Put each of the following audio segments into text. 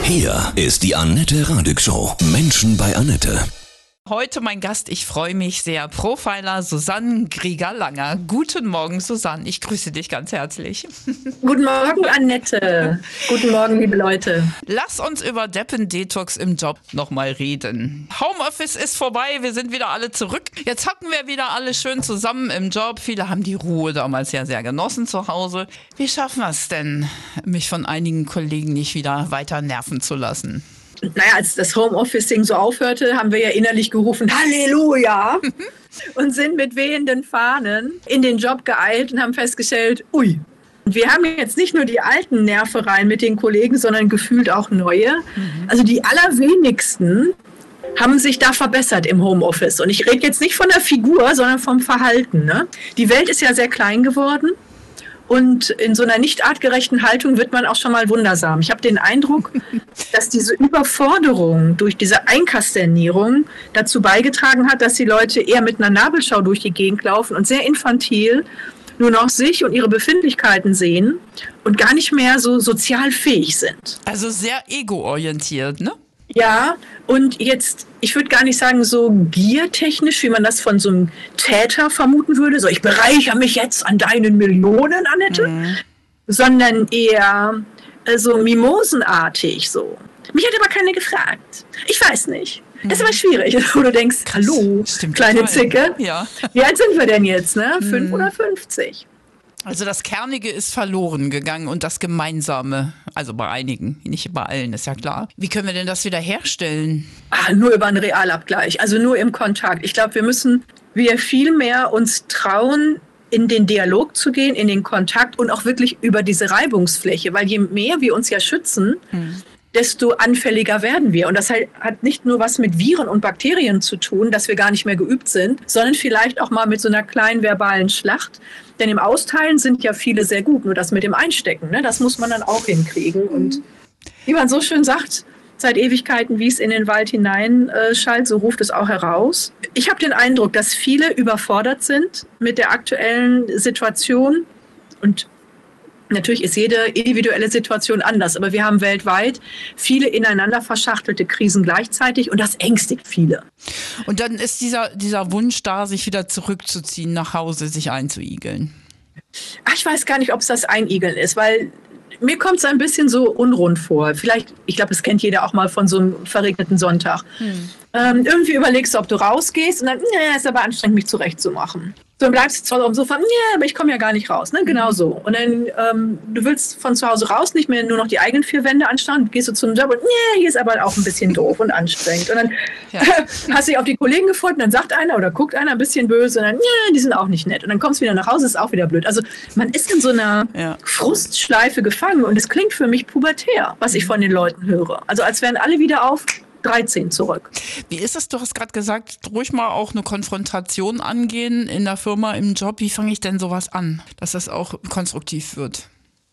Hier ist die Annette Radig Show. Menschen bei Annette. Heute mein Gast, ich freue mich sehr, Profiler Susanne Grieger-Langer. Guten Morgen, Susanne, ich grüße dich ganz herzlich. Guten Morgen, Annette. Guten Morgen, liebe Leute. Lass uns über Deppen-Detox im Job nochmal reden. Homeoffice ist vorbei, wir sind wieder alle zurück. Jetzt hatten wir wieder alle schön zusammen im Job. Viele haben die Ruhe damals ja sehr genossen zu Hause. Wie schaffen wir es denn, mich von einigen Kollegen nicht wieder weiter nerven zu lassen? Naja, als das Homeoffice-Ding so aufhörte, haben wir ja innerlich gerufen, Halleluja! Und sind mit wehenden Fahnen in den Job geeilt und haben festgestellt, ui. Und wir haben jetzt nicht nur die alten Nervereien mit den Kollegen, sondern gefühlt auch neue. Also die allerwenigsten haben sich da verbessert im Homeoffice. Und ich rede jetzt nicht von der Figur, sondern vom Verhalten. Ne? Die Welt ist ja sehr klein geworden. Und in so einer nicht artgerechten Haltung wird man auch schon mal wundersam. Ich habe den Eindruck, dass diese Überforderung durch diese Einkasternierung dazu beigetragen hat, dass die Leute eher mit einer Nabelschau durch die Gegend laufen und sehr infantil nur noch sich und ihre Befindlichkeiten sehen und gar nicht mehr so sozial fähig sind. Also sehr egoorientiert, ne? Ja, und jetzt, ich würde gar nicht sagen so giertechnisch, wie man das von so einem Täter vermuten würde, so ich bereichere mich jetzt an deinen Millionen, Annette, sondern eher so mimosenartig so. Mich hat aber keiner gefragt. Ich weiß nicht. Das ist aber schwierig, wo du denkst, hallo, Stimmt, kleine total. Zicke, Ja. wie alt sind wir denn jetzt, ne? 5 oder 50? Also das Kernige ist verloren gegangen und das Gemeinsame, also bei einigen, nicht bei allen, ist ja klar. Wie können wir denn das wieder herstellen? Nur über einen Realabgleich, also nur im Kontakt. Ich glaube, wir viel mehr uns trauen, in den Dialog zu gehen, in den Kontakt und auch wirklich über diese Reibungsfläche, weil je mehr wir uns ja schützen, desto anfälliger werden wir. Und das hat nicht nur was mit Viren und Bakterien zu tun, dass wir gar nicht mehr geübt sind, sondern vielleicht auch mal mit so einer kleinen verbalen Schlacht. Denn im Austeilen sind ja viele sehr gut, nur das mit dem Einstecken, ne, das muss man dann auch hinkriegen. Und wie man so schön sagt, seit Ewigkeiten, wie es in den Wald hinein schallt, so ruft es auch heraus. Ich habe den Eindruck, dass viele überfordert sind mit der aktuellen Situation. Und natürlich ist jede individuelle Situation anders, aber wir haben weltweit viele ineinander verschachtelte Krisen gleichzeitig und das ängstigt viele. Und dann ist dieser Wunsch da, sich wieder zurückzuziehen, nach Hause, sich einzuigeln. Ich weiß gar nicht, ob es das Einigeln ist, weil mir kommt es ein bisschen so unrund vor. Vielleicht, ich glaube, das kennt jeder auch mal von so einem verregneten Sonntag. Irgendwie überlegst du, ob du rausgehst und dann, ist aber anstrengend, mich zurechtzumachen. So, dann bleibst du zwar auf dem Sofa, aber ich komme ja gar nicht raus. Ne? Genau so. Und dann, du willst von zu Hause raus, nicht mehr nur noch die eigenen 4 Wände anstarren, gehst du zum Job und hier ist aber auch ein bisschen doof und anstrengend. Und dann hast du dich auf die Kollegen gefreut und dann sagt einer oder guckt einer ein bisschen böse und dann, die sind auch nicht nett. Und dann kommst du wieder nach Hause, ist auch wieder blöd. Also man ist in so einer Frustschleife gefangen und es klingt für mich pubertär, was ich von den Leuten höre. Also als wären alle wieder auf 13 zurück. Wie ist es? Du hast gerade gesagt, ruhig mal auch eine Konfrontation angehen in der Firma, im Job. Wie fange ich denn sowas an, dass das auch konstruktiv wird?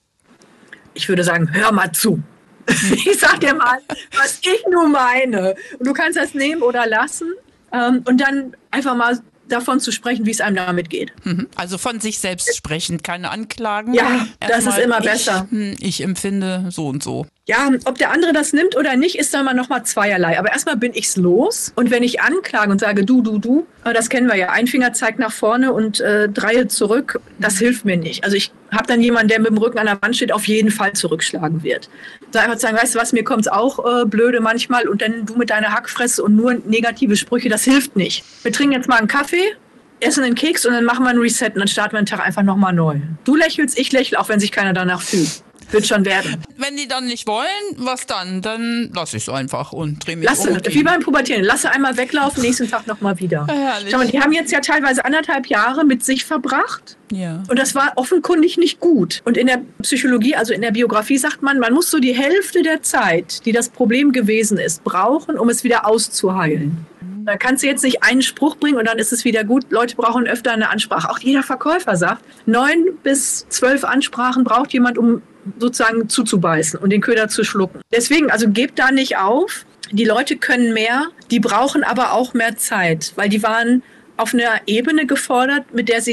Ich würde sagen, hör mal zu. Ich sag dir mal, was ich nur meine. Und du kannst das nehmen oder lassen und dann einfach mal davon zu sprechen, wie es einem damit geht. Also von sich selbst sprechen, keine Anklagen. Ja, das ist immer besser. Ich empfinde so und so. Ja, ob der andere das nimmt oder nicht, ist dann mal nochmal zweierlei. Aber erstmal bin ich's los. Und wenn ich anklage und sage, du, das kennen wir ja, ein Finger zeigt nach vorne und 3 zurück, das hilft mir nicht. Also ich habe dann jemanden, der mit dem Rücken an der Wand steht, auf jeden Fall zurückschlagen wird. So einfach zu sagen, weißt du was, mir kommt's auch blöde manchmal und dann du mit deiner Hackfresse und nur negative Sprüche, das hilft nicht. Wir trinken jetzt mal einen Kaffee, essen einen Keks und dann machen wir einen Reset und dann starten wir den Tag einfach nochmal neu. Du lächelst, ich lächle, auch wenn sich keiner danach fühlt. Wird schon werden. Wenn die dann nicht wollen, was dann? Dann lasse ich es einfach und drehe mich um. Wie beim Pubertieren. Lasse einmal weglaufen, nächsten Tag nochmal wieder. Schau mal, die haben jetzt ja teilweise 1,5 Jahre mit sich verbracht. Ja. Und das war offenkundig nicht gut. Und in der Psychologie, also in der Biografie sagt man muss so die Hälfte der Zeit, die das Problem gewesen ist, brauchen, um es wieder auszuheilen. Da kannst du jetzt nicht einen Spruch bringen und dann ist es wieder gut. Leute brauchen öfter eine Ansprache. Auch jeder Verkäufer sagt, 9 bis 12 Ansprachen braucht jemand, um sozusagen zuzubeißen und den Köder zu schlucken. Deswegen, also gebt da nicht auf. Die Leute können mehr, die brauchen aber auch mehr Zeit, weil die waren auf einer Ebene gefordert, mit der sie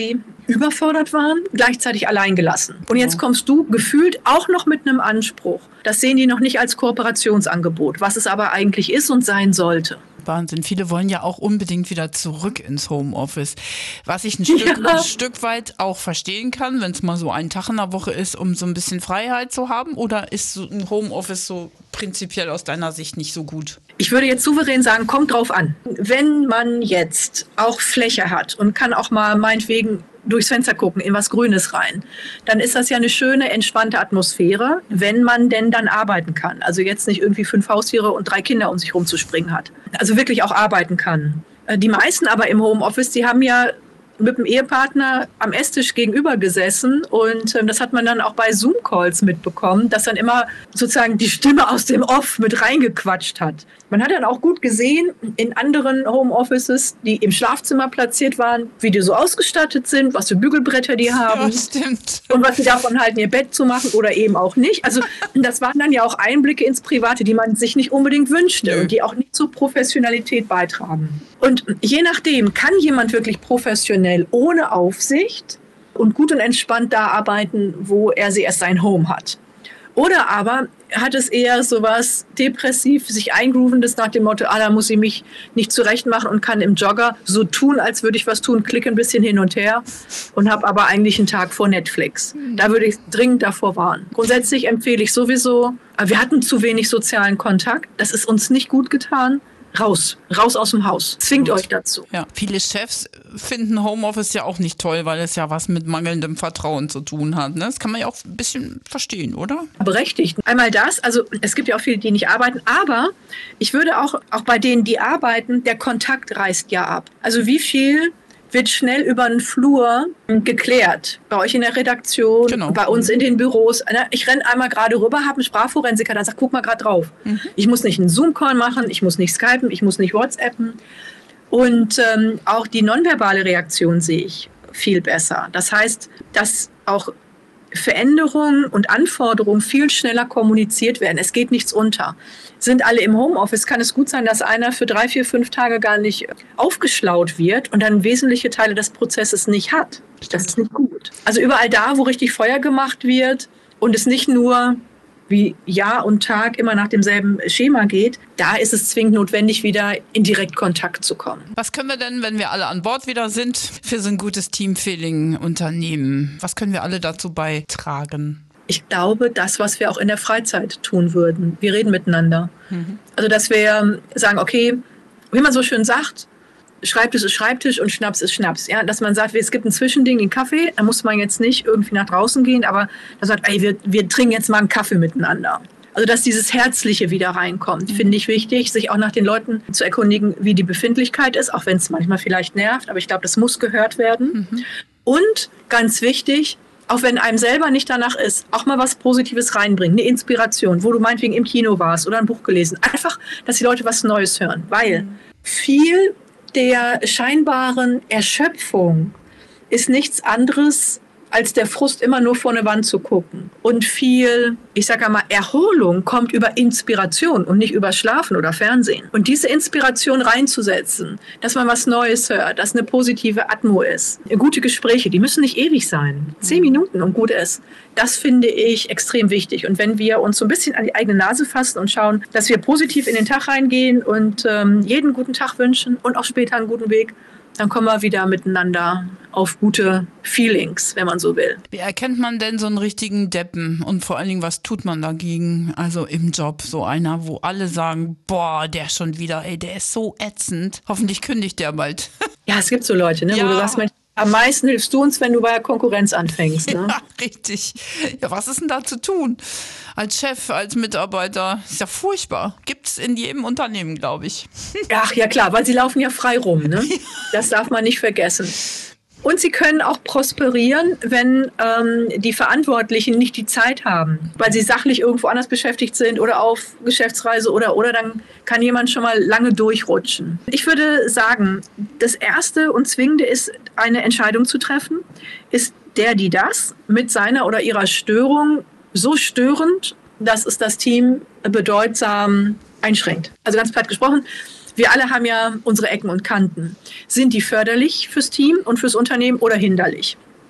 überfordert waren, gleichzeitig alleingelassen. Und jetzt kommst du gefühlt auch noch mit einem Anspruch. Das sehen die noch nicht als Kooperationsangebot, was es aber eigentlich ist und sein sollte. Wahnsinn. Viele wollen ja auch unbedingt wieder zurück ins Homeoffice. Was ich ein Stück weit auch verstehen kann, wenn es mal so ein Tag in der Woche ist, um so ein bisschen Freiheit zu haben. Oder ist so ein Homeoffice so prinzipiell aus deiner Sicht nicht so gut? Ich würde jetzt souverän sagen, kommt drauf an. Wenn man jetzt auch Fläche hat und kann auch mal meinetwegen durchs Fenster gucken, in was Grünes rein, dann ist das ja eine schöne, entspannte Atmosphäre, wenn man denn dann arbeiten kann. Also jetzt nicht irgendwie 5 Haustiere und 3 Kinder um sich rumzuspringen hat. Also wirklich auch arbeiten kann. Die meisten aber im Homeoffice, die haben ja mit dem Ehepartner am Esstisch gegenüber gesessen und das hat man dann auch bei Zoom-Calls mitbekommen, dass dann immer sozusagen die Stimme aus dem Off mit reingequatscht hat. Man hat dann auch gut gesehen in anderen Homeoffices, die im Schlafzimmer platziert waren, wie die so ausgestattet sind, was für Bügelbretter die haben. Ja, stimmt. Und was sie davon halten, ihr Bett zu machen oder eben auch nicht. Also das waren dann ja auch Einblicke ins Private, die man sich nicht unbedingt wünschte und die auch nicht zur Professionalität beitragen. Und je nachdem kann jemand wirklich professionell ohne Aufsicht und gut und entspannt da arbeiten, wo er sie erst sein Home hat. Oder aber hat es eher sowas depressiv, sich eingroovendes nach dem Motto, da muss ich mich nicht zurechtmachen und kann im Jogger so tun, als würde ich was tun, klicke ein bisschen hin und her und habe aber eigentlich einen Tag vor Netflix. Da würde ich dringend davor warnen. Grundsätzlich empfehle ich sowieso, wir hatten zu wenig sozialen Kontakt, das ist uns nicht gut getan. Raus aus dem Haus. Zwingt euch dazu. Ja, viele Chefs finden Homeoffice ja auch nicht toll, weil es ja was mit mangelndem Vertrauen zu tun hat. Ne? Das kann man ja auch ein bisschen verstehen, oder? Berechtigt. Einmal das, also es gibt ja auch viele, die nicht arbeiten, aber ich würde auch bei denen, die arbeiten, der Kontakt reißt ja ab. Also wie viel wird schnell über den Flur geklärt. Bei euch in der Redaktion, genau. Bei uns in den Büros. Ich renne einmal gerade rüber, habe einen Sprachforensiker, der sagt, guck mal gerade drauf. Ich muss nicht einen Zoom-Call machen, ich muss nicht skypen, ich muss nicht WhatsAppen. Und auch die nonverbale Reaktion sehe ich viel besser. Das heißt, dass auch Veränderungen und Anforderungen viel schneller kommuniziert werden. Es geht nichts unter. Sind alle im Homeoffice, kann es gut sein, dass einer für 3, 4, 5 Tage gar nicht aufgeschlaut wird und dann wesentliche Teile des Prozesses nicht hat. Das ist nicht gut. Also überall da, wo richtig Feuer gemacht wird und es nicht nur wie Jahr und Tag immer nach demselben Schema geht, da ist es zwingend notwendig, wieder in Direktkontakt zu kommen. Was können wir denn, wenn wir alle an Bord wieder sind, für so ein gutes Teamfeeling unternehmen? Was können wir alle dazu beitragen? Ich glaube, das, was wir auch in der Freizeit tun würden. Wir reden miteinander. Also, dass wir sagen, okay, wie man so schön sagt, Schreibtisch ist Schreibtisch und Schnaps ist Schnaps. Ja? Dass man sagt, es gibt ein Zwischending, den Kaffee, da muss man jetzt nicht irgendwie nach draußen gehen, aber dass man sagt, wir trinken jetzt mal einen Kaffee miteinander. Also, dass dieses Herzliche wieder reinkommt, finde ich wichtig, sich auch nach den Leuten zu erkundigen, wie die Befindlichkeit ist, auch wenn es manchmal vielleicht nervt, aber ich glaube, das muss gehört werden. Und ganz wichtig, auch wenn einem selber nicht danach ist, auch mal was Positives reinbringen, eine Inspiration, wo du meinetwegen im Kino warst oder ein Buch gelesen. Einfach, dass die Leute was Neues hören, weil viel der scheinbaren Erschöpfung ist nichts anderes, als der Frust immer nur vor eine Wand zu gucken. Und viel, ich sage einmal, Erholung kommt über Inspiration und nicht über Schlafen oder Fernsehen. Und diese Inspiration reinzusetzen, dass man was Neues hört, dass eine positive Atmo ist. Gute Gespräche, die müssen nicht ewig sein. 10 Minuten und gut ist. Das finde ich extrem wichtig. Und wenn wir uns so ein bisschen an die eigene Nase fassen und schauen, dass wir positiv in den Tag reingehen und jeden guten Tag wünschen und auch später einen guten Weg, dann kommen wir wieder miteinander auf gute Feelings, wenn man so will. Wie erkennt man denn so einen richtigen Deppen? Und vor allen Dingen, was tut man dagegen? Also im Job, so einer, wo alle sagen, boah, der schon wieder, ey, der ist so ätzend. Hoffentlich kündigt der bald. Ja, es gibt so Leute, ne, wo du sagst, Mensch, am meisten hilfst du uns, wenn du bei der Konkurrenz anfängst. Ne? Ja, richtig. Ja, was ist denn da zu tun? Als Chef, als Mitarbeiter, ist ja furchtbar. Gibt's in jedem Unternehmen, glaube ich. Ach ja, klar, weil sie laufen ja frei rum. Ne? Das darf man nicht vergessen. Und sie können auch prosperieren, wenn die Verantwortlichen nicht die Zeit haben, weil sie sachlich irgendwo anders beschäftigt sind oder auf Geschäftsreise oder dann kann jemand schon mal lange durchrutschen. Ich würde sagen, das Erste und Zwingende ist, eine Entscheidung zu treffen. Ist die das mit seiner oder ihrer Störung so störend, dass es das Team bedeutsam einschränkt? Also ganz platt gesprochen, wir alle haben ja unsere Ecken und Kanten. Sind die förderlich fürs Team und fürs Unternehmen oder hinderlich?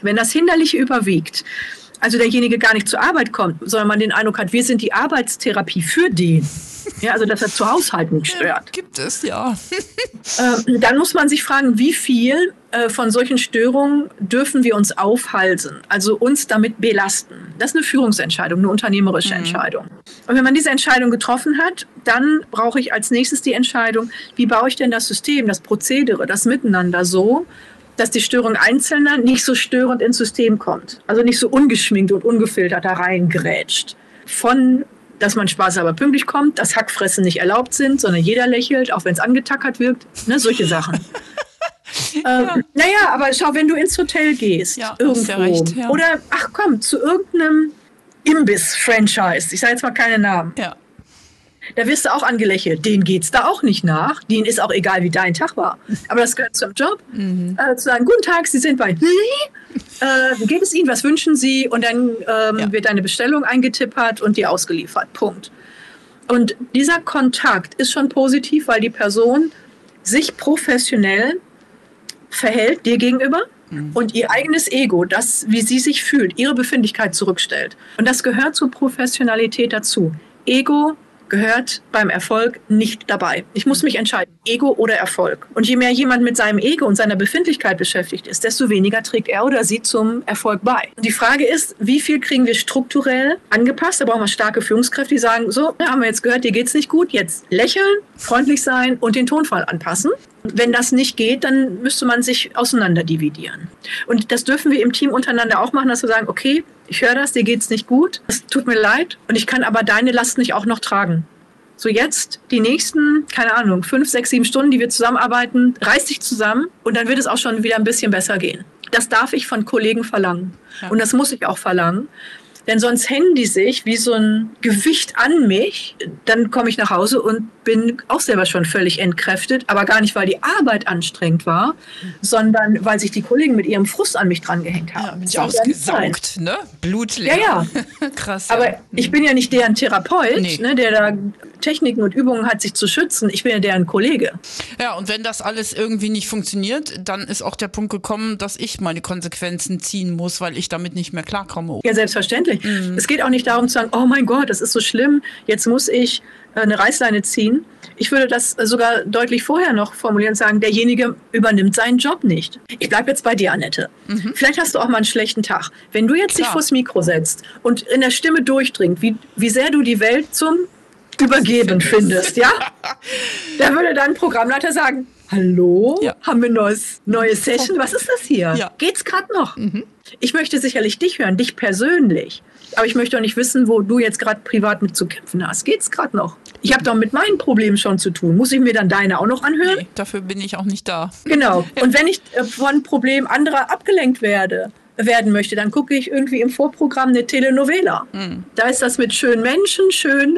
Wenn das Hinderliche überwiegt, also derjenige gar nicht zur Arbeit kommt, sondern man den Eindruck hat, wir sind die Arbeitstherapie für den, ja, also dass er zu Haushalten stört. Ja, gibt es, ja. Dann muss man sich fragen, wie viel von solchen Störungen dürfen wir uns aufhalsen, also uns damit belasten. Das ist eine Führungsentscheidung, eine unternehmerische Entscheidung. Und wenn man diese Entscheidung getroffen hat, dann brauche ich als nächstes die Entscheidung, wie baue ich denn das System, das Prozedere, das Miteinander so, dass die Störung Einzelner nicht so störend ins System kommt. Also nicht so ungeschminkt und ungefiltert da reingrätscht. Von, dass man Spaß aber pünktlich kommt, dass Hackfressen nicht erlaubt sind, sondern jeder lächelt, auch wenn es angetackert wirkt. Ne, solche Sachen. Naja, aber schau, wenn du ins Hotel gehst, irgendwo, ja recht, ja. Oder, ach komm, zu irgendeinem Imbiss-Franchise, ich sage jetzt mal keine Namen, Ja. da wirst du auch angelächelt. Denen geht's da auch nicht nach. Denen ist auch egal, wie dein Tag war. Aber das gehört zum Job. Zu sagen, guten Tag, Sie sind bei wie geht es Ihnen, was wünschen Sie? Und dann wird eine Bestellung eingetippert und die ausgeliefert. Punkt. Und dieser Kontakt ist schon positiv, weil die Person sich professionell verhält dir gegenüber und ihr eigenes Ego, das, wie sie sich fühlt, ihre Befindlichkeit zurückstellt. Und das gehört zur Professionalität dazu. Ego gehört beim Erfolg nicht dabei. Ich muss mich entscheiden, Ego oder Erfolg. Und je mehr jemand mit seinem Ego und seiner Befindlichkeit beschäftigt ist, desto weniger trägt er oder sie zum Erfolg bei. Und die Frage ist, wie viel kriegen wir strukturell angepasst? Da brauchen wir starke Führungskräfte, die sagen, so, haben wir jetzt gehört, dir geht's nicht gut, jetzt lächeln, freundlich sein und den Tonfall anpassen. Wenn das nicht geht, dann müsste man sich auseinanderdividieren. Und das dürfen wir im Team untereinander auch machen, dass wir sagen, okay, ich höre das, dir geht's nicht gut, es tut mir leid und ich kann aber deine Last nicht auch noch tragen. So jetzt die nächsten, keine Ahnung, 5, 6, 7 Stunden, die wir zusammenarbeiten, reiß dich zusammen und dann wird es auch schon wieder ein bisschen besser gehen. Das darf ich von Kollegen verlangen. Ja. Und das muss ich auch verlangen. Denn sonst hängen die sich wie so ein Gewicht an mich. Dann komme ich nach Hause und bin auch selber schon völlig entkräftet. Aber gar nicht, weil die Arbeit anstrengend war, sondern weil sich die Kollegen mit ihrem Frust an mich dran gehängt haben. Ja, bin ich ausgesaugt, ne? Blutleer. Ja. Krass. Aber ich bin ja nicht deren Therapeut, ne, der da Techniken und Übungen hat, sich zu schützen. Ich bin ja deren Kollege. Ja, und wenn das alles irgendwie nicht funktioniert, dann ist auch der Punkt gekommen, dass ich meine Konsequenzen ziehen muss, weil ich damit nicht mehr klarkomme. Ja, selbstverständlich. Es geht auch nicht darum zu sagen, oh mein Gott, das ist so schlimm, jetzt muss ich eine Reißleine ziehen. Ich würde das sogar deutlich vorher noch formulieren und sagen, derjenige übernimmt seinen Job nicht. Ich bleibe jetzt bei dir, Annette. Vielleicht hast du auch mal einen schlechten Tag. Wenn du jetzt dich vors Mikro setzt und in der Stimme durchdringt, wie sehr du die Welt zum Übergeben findest, ja? Da würde dann ein Programmleiter sagen, hallo, haben wir neue Session? Was ist das hier? Ja. Geht's gerade noch? Ich möchte sicherlich dich hören, dich persönlich. Aber ich möchte auch nicht wissen, wo du jetzt gerade privat mit zu kämpfen hast. Geht's gerade noch? Ich habe doch mit meinen Problemen schon zu tun. Muss ich mir dann deine auch noch anhören? Nee, dafür bin ich auch nicht da. Genau. Ja. Und wenn ich von Problemen anderer abgelenkt werden möchte, dann gucke ich irgendwie im Vorprogramm eine Telenovela. Da ist das mit schönen Menschen, schön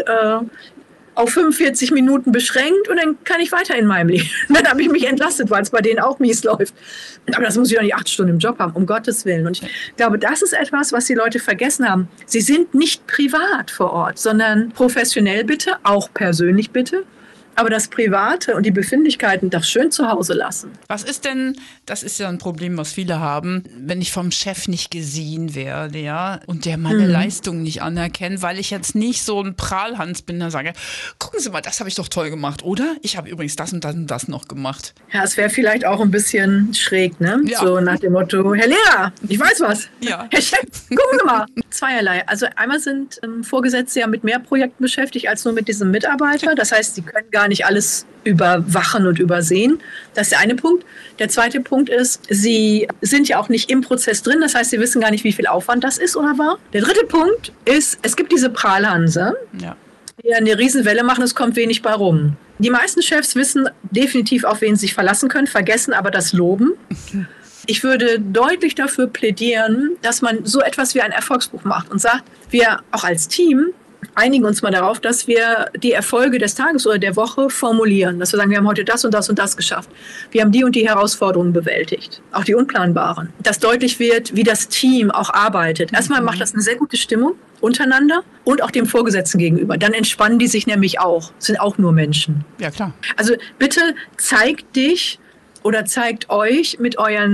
auf 45 Minuten beschränkt und dann kann ich weiter in meinem Leben. Dann habe ich mich entlastet, weil es bei denen auch mies läuft. Aber das muss ich doch nicht 8 Stunden im Job haben, um Gottes Willen. Und ich glaube, das ist etwas, was die Leute vergessen haben. Sie sind nicht privat vor Ort, sondern professionell bitte, auch persönlich bitte. Aber das Private und die Befindlichkeiten doch schön zu Hause lassen. Was ist denn, das ist ja ein Problem, was viele haben, wenn ich vom Chef nicht gesehen werde, ja, und der meine Leistung nicht anerkennt, weil ich jetzt nicht so ein Prahlhans bin, dann sage, gucken Sie mal, das habe ich doch toll gemacht, oder? Ich habe übrigens das und das und das noch gemacht. Ja, es wäre vielleicht auch ein bisschen schräg, ne? Ja. So nach dem Motto, Herr Lehrer, ich weiß was. Ja. Herr Chef, gucken Sie mal. Zweierlei. Also einmal sind Vorgesetzte ja mit mehr Projekten beschäftigt als nur mit diesem Mitarbeiter. Das heißt, sie können gar nicht alles überwachen und übersehen. Das ist der eine Punkt. Der zweite Punkt ist, sie sind ja auch nicht im Prozess drin. Das heißt, sie wissen gar nicht, wie viel Aufwand das ist oder war. Der dritte Punkt ist, es gibt diese Prahlhanse, die eine Riesenwelle machen, es kommt wenig bei rum. Die meisten Chefs wissen definitiv, auf wen sie sich verlassen können, vergessen aber das Loben. Ich würde deutlich dafür plädieren, dass man so etwas wie ein Erfolgsbuch macht und sagt, wir auch als Team einigen uns mal darauf, dass wir die Erfolge des Tages oder der Woche formulieren. Dass wir sagen, wir haben heute das und das und das geschafft. Wir haben die und die Herausforderungen bewältigt. Auch die unplanbaren. Dass deutlich wird, wie das Team auch arbeitet. Erstmal macht das eine sehr gute Stimmung untereinander und auch dem Vorgesetzten gegenüber. Dann entspannen die sich nämlich auch. Sind auch nur Menschen. Ja, klar. Also bitte zeigt dich oder zeigt euch mit euren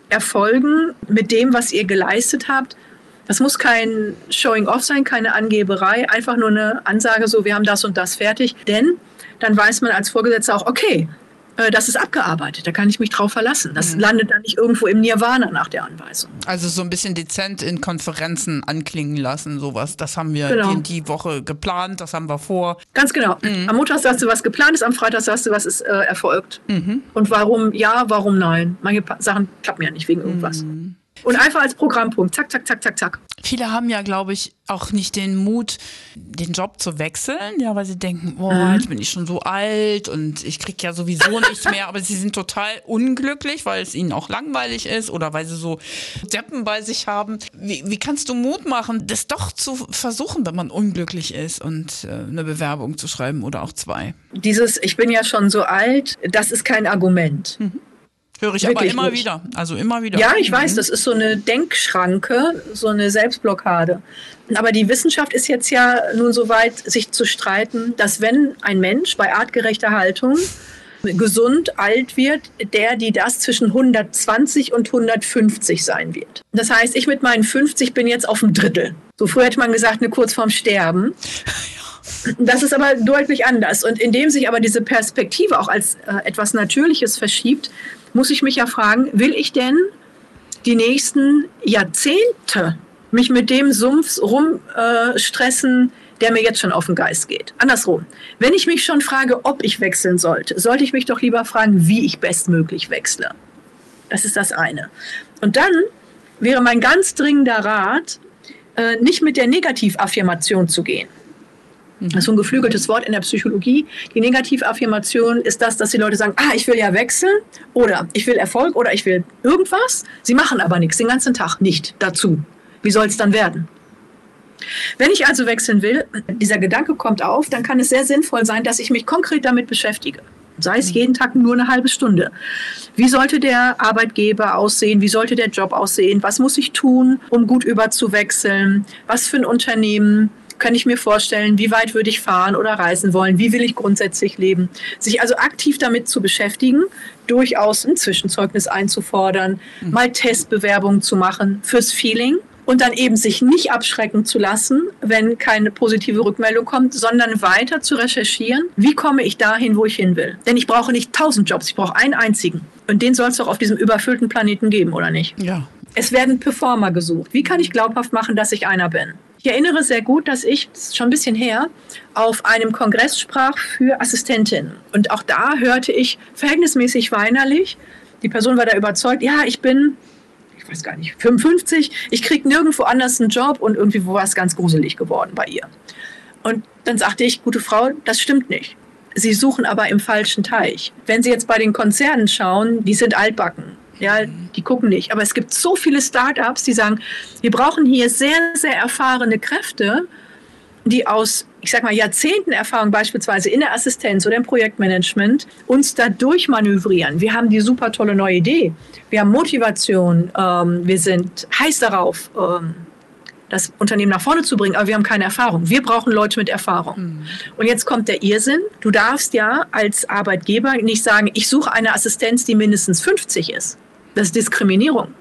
Erfolgen mit dem, was ihr geleistet habt. Das muss kein Showing-off sein, keine Angeberei, einfach nur eine Ansage, so, wir haben das und das fertig. Denn dann weiß man als Vorgesetzter auch, okay, das ist abgearbeitet, da kann ich mich drauf verlassen. Das landet dann nicht irgendwo im Nirvana nach der Anweisung. Also so ein bisschen dezent in Konferenzen anklingen lassen, sowas. Das haben wir die Woche geplant, das haben wir vor. Ganz genau. Am Montag sagst du, was geplant ist, am Freitag sagst du, was ist erfolgt. Und warum ja, warum nein. Manche Sachen klappen ja nicht wegen irgendwas. Und einfach als Programmpunkt, zack, zack, zack, zack, zack. Viele haben ja, glaube ich, auch nicht den Mut, den Job zu wechseln, ja, weil sie denken, jetzt bin ich schon so alt und ich kriege ja sowieso nichts mehr, aber sie sind total unglücklich, weil es ihnen auch langweilig ist oder weil sie so Deppen bei sich haben. Wie kannst du Mut machen, das doch zu versuchen, wenn man unglücklich ist und eine Bewerbung zu schreiben oder auch 2? Ich bin ja schon so alt, das ist kein Argument. Höre ich wirklich aber immer wieder. Also immer wieder. Ja, ich weiß, das ist so eine Denkschranke, so eine Selbstblockade. Aber die Wissenschaft ist jetzt ja nun so weit, sich zu streiten, dass wenn ein Mensch bei artgerechter Haltung gesund alt wird, die das zwischen 120 und 150 sein wird. Das heißt, ich mit meinen 50 bin jetzt auf dem Drittel. So früher hätte man gesagt, eine kurz vorm Sterben. Das ist aber deutlich anders. Und indem sich aber diese Perspektive auch als etwas Natürliches verschiebt, muss ich mich ja fragen, will ich denn die nächsten Jahrzehnte mich mit dem Sumpf rumstressen, der mir jetzt schon auf den Geist geht? Andersrum, wenn ich mich schon frage, ob ich wechseln sollte ich mich doch lieber fragen, wie ich bestmöglich wechsle. Das ist das eine. Und dann wäre mein ganz dringender Rat, nicht mit der Negativaffirmation zu gehen. Das ist so ein geflügeltes Wort in der Psychologie. Die Negativaffirmation ist das, dass die Leute sagen, ich will ja wechseln oder ich will Erfolg oder ich will irgendwas. Sie machen aber nichts, den ganzen Tag nicht dazu. Wie soll es dann werden? Wenn ich also wechseln will, dieser Gedanke kommt auf, dann kann es sehr sinnvoll sein, dass ich mich konkret damit beschäftige. Sei es jeden Tag nur eine halbe Stunde. Wie sollte der Arbeitgeber aussehen? Wie sollte der Job aussehen? Was muss ich tun, um gut überzuwechseln? Was für ein Unternehmen kann ich mir vorstellen, wie weit würde ich fahren oder reisen wollen, wie will ich grundsätzlich leben. Sich also aktiv damit zu beschäftigen, durchaus ein Zwischenzeugnis einzufordern, mal Testbewerbungen zu machen fürs Feeling und dann eben sich nicht abschrecken zu lassen, wenn keine positive Rückmeldung kommt, sondern weiter zu recherchieren, wie komme ich dahin, wo ich hin will. Denn ich brauche nicht 1000 Jobs, ich brauche einen einzigen. Und den soll es doch auf diesem überfüllten Planeten geben, oder nicht? Ja. Es werden Performer gesucht. Wie kann ich glaubhaft machen, dass ich einer bin? Ich erinnere sehr gut, dass ich, das ist schon ein bisschen her, auf einem Kongress sprach für Assistentinnen. Und auch da hörte ich verhältnismäßig weinerlich, die Person war da überzeugt, ja, ich bin, ich weiß gar nicht, 55, ich kriege nirgendwo anders einen Job und irgendwie war es ganz gruselig geworden bei ihr. Und dann sagte ich, gute Frau, das stimmt nicht. Sie suchen aber im falschen Teich. Wenn Sie jetzt bei den Konzernen schauen, die sind altbacken. Ja, die gucken nicht. Aber es gibt so viele Start-ups, die sagen, wir brauchen hier sehr, sehr erfahrene Kräfte, die aus, ich sag mal, Jahrzehnten Erfahrung beispielsweise in der Assistenz oder im Projektmanagement uns da durchmanövrieren. Wir haben die super tolle neue Idee. Wir haben Motivation. Wir sind heiß darauf, das Unternehmen nach vorne zu bringen, aber wir haben keine Erfahrung. Wir brauchen Leute mit Erfahrung. Und jetzt kommt der Irrsinn. Du darfst ja als Arbeitgeber nicht sagen, ich suche eine Assistenz, die mindestens 50 ist. Das ist Diskriminierung.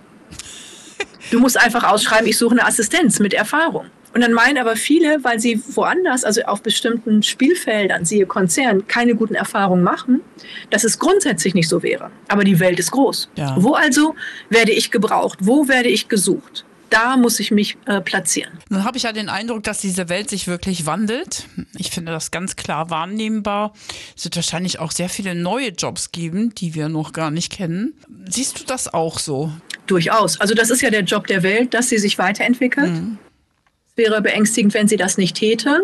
Du musst einfach ausschreiben, ich suche eine Assistenz mit Erfahrung. Und dann meinen aber viele, weil sie woanders, also auf bestimmten Spielfeldern, siehe Konzern, keine guten Erfahrungen machen, dass es grundsätzlich nicht so wäre. Aber die Welt ist groß. Ja. Wo also werde ich gebraucht? Wo werde ich gesucht? Da muss ich mich platzieren. Nun habe ich ja den Eindruck, dass diese Welt sich wirklich wandelt. Ich finde das ganz klar wahrnehmbar. Es wird wahrscheinlich auch sehr viele neue Jobs geben, die wir noch gar nicht kennen. Siehst du das auch so? Durchaus. Also das ist ja der Job der Welt, dass sie sich weiterentwickelt. Es wäre beängstigend, wenn sie das nicht täte.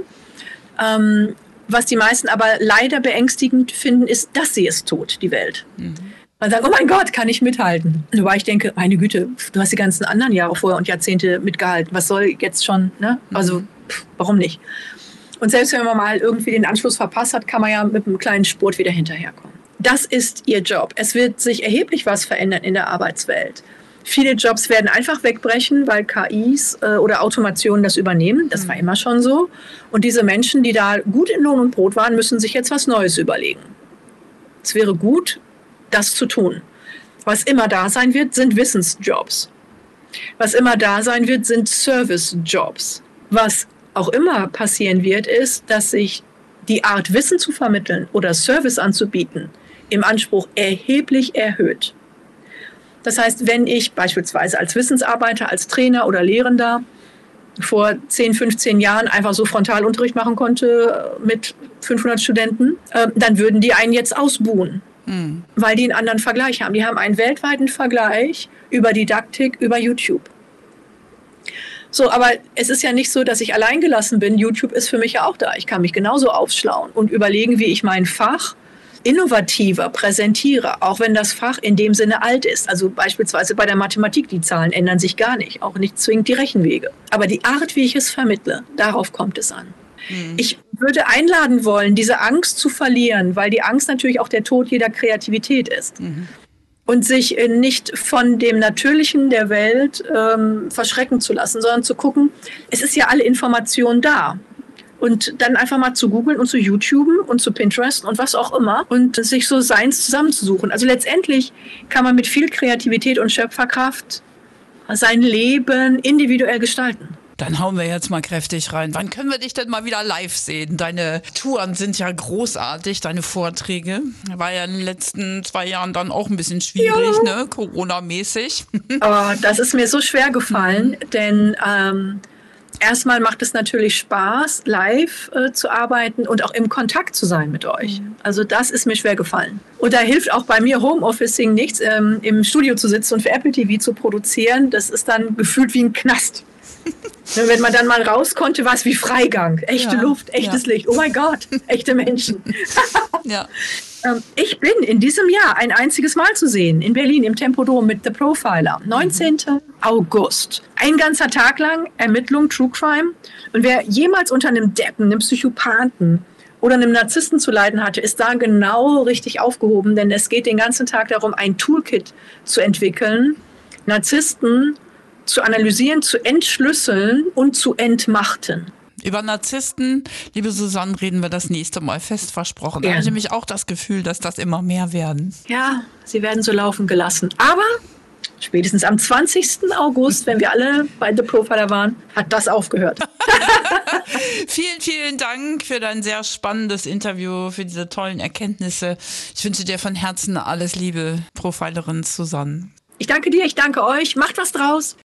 Was die meisten aber leider beängstigend finden, ist, dass sie es tut, die Welt. Man sagt, oh mein Gott, kann ich mithalten? Wobei ich denke, meine Güte, du hast die ganzen anderen Jahre vorher und Jahrzehnte mitgehalten. Was soll jetzt schon, ne? Also, warum nicht? Und selbst wenn man mal irgendwie den Anschluss verpasst hat, kann man ja mit einem kleinen Spurt wieder hinterherkommen. Das ist ihr Job. Es wird sich erheblich was verändern in der Arbeitswelt. Viele Jobs werden einfach wegbrechen, weil KIs oder Automationen das übernehmen. Das war immer schon so. Und diese Menschen, die da gut in Lohn und Brot waren, müssen sich jetzt was Neues überlegen. Es wäre gut, das zu tun. Was immer da sein wird, sind Wissensjobs. Was immer da sein wird, sind Servicejobs. Was auch immer passieren wird, ist, dass sich die Art, Wissen zu vermitteln oder Service anzubieten, im Anspruch erheblich erhöht. Das heißt, wenn ich beispielsweise als Wissensarbeiter, als Trainer oder Lehrender vor 10, 15 Jahren einfach so Frontalunterricht machen konnte mit 500 Studenten, dann würden die einen jetzt ausbuhen, weil die einen anderen Vergleich haben. Die haben einen weltweiten Vergleich über Didaktik, über YouTube. So, aber es ist ja nicht so, dass ich allein gelassen bin. YouTube ist für mich ja auch da. Ich kann mich genauso aufschlauen und überlegen, wie ich mein Fach innovativer präsentiere, auch wenn das Fach in dem Sinne alt ist. Also beispielsweise bei der Mathematik, die Zahlen ändern sich gar nicht, auch nicht zwingend die Rechenwege. Aber die Art, wie ich es vermittle, darauf kommt es an. Ich würde einladen wollen, diese Angst zu verlieren, weil die Angst natürlich auch der Tod jeder Kreativität ist. Und sich nicht von dem Natürlichen der Welt verschrecken zu lassen, sondern zu gucken, es ist ja alle Information da. Und dann einfach mal zu googeln und zu YouTuben und zu Pinterest und was auch immer und sich so seins zusammenzusuchen. Also letztendlich kann man mit viel Kreativität und Schöpferkraft sein Leben individuell gestalten. Dann hauen wir jetzt mal kräftig rein. Wann können wir dich denn mal wieder live sehen? Deine Touren sind ja großartig, deine Vorträge. War ja in den letzten 2 Jahren dann auch ein bisschen schwierig, ne? Corona-mäßig. Oh, das ist mir so schwer gefallen, denn erstmal macht es natürlich Spaß, live zu arbeiten und auch im Kontakt zu sein mit euch. Also das ist mir schwer gefallen. Und da hilft auch bei mir Homeofficing nichts, im Studio zu sitzen und für Apple TV zu produzieren. Das ist dann gefühlt wie ein Knast. Wenn man dann mal raus konnte, war es wie Freigang. Echte Luft, echtes Licht. Oh mein Gott, echte Menschen. Ich bin in diesem Jahr ein einziges Mal zu sehen, in Berlin im Tempodrom mit The Profiler. 19. August. Ein ganzer Tag lang Ermittlung, True Crime. Und wer jemals unter einem Deppen, einem Psychopathen oder einem Narzissten zu leiden hatte, ist da genau richtig aufgehoben. Denn es geht den ganzen Tag darum, ein Toolkit zu entwickeln, Narzissten zu analysieren, zu entschlüsseln und zu entmachten. Über Narzissten, liebe Susanne, reden wir das nächste Mal, fest versprochen. Da habe ich nämlich auch das Gefühl, dass das immer mehr werden. Ja, sie werden so laufen gelassen. Aber spätestens am 20. August, wenn wir alle bei The Profiler waren, hat das aufgehört. Vielen, vielen Dank für dein sehr spannendes Interview, für diese tollen Erkenntnisse. Ich wünsche dir von Herzen alles Liebe, Profilerin Susanne. Ich danke dir, ich danke euch. Macht was draus.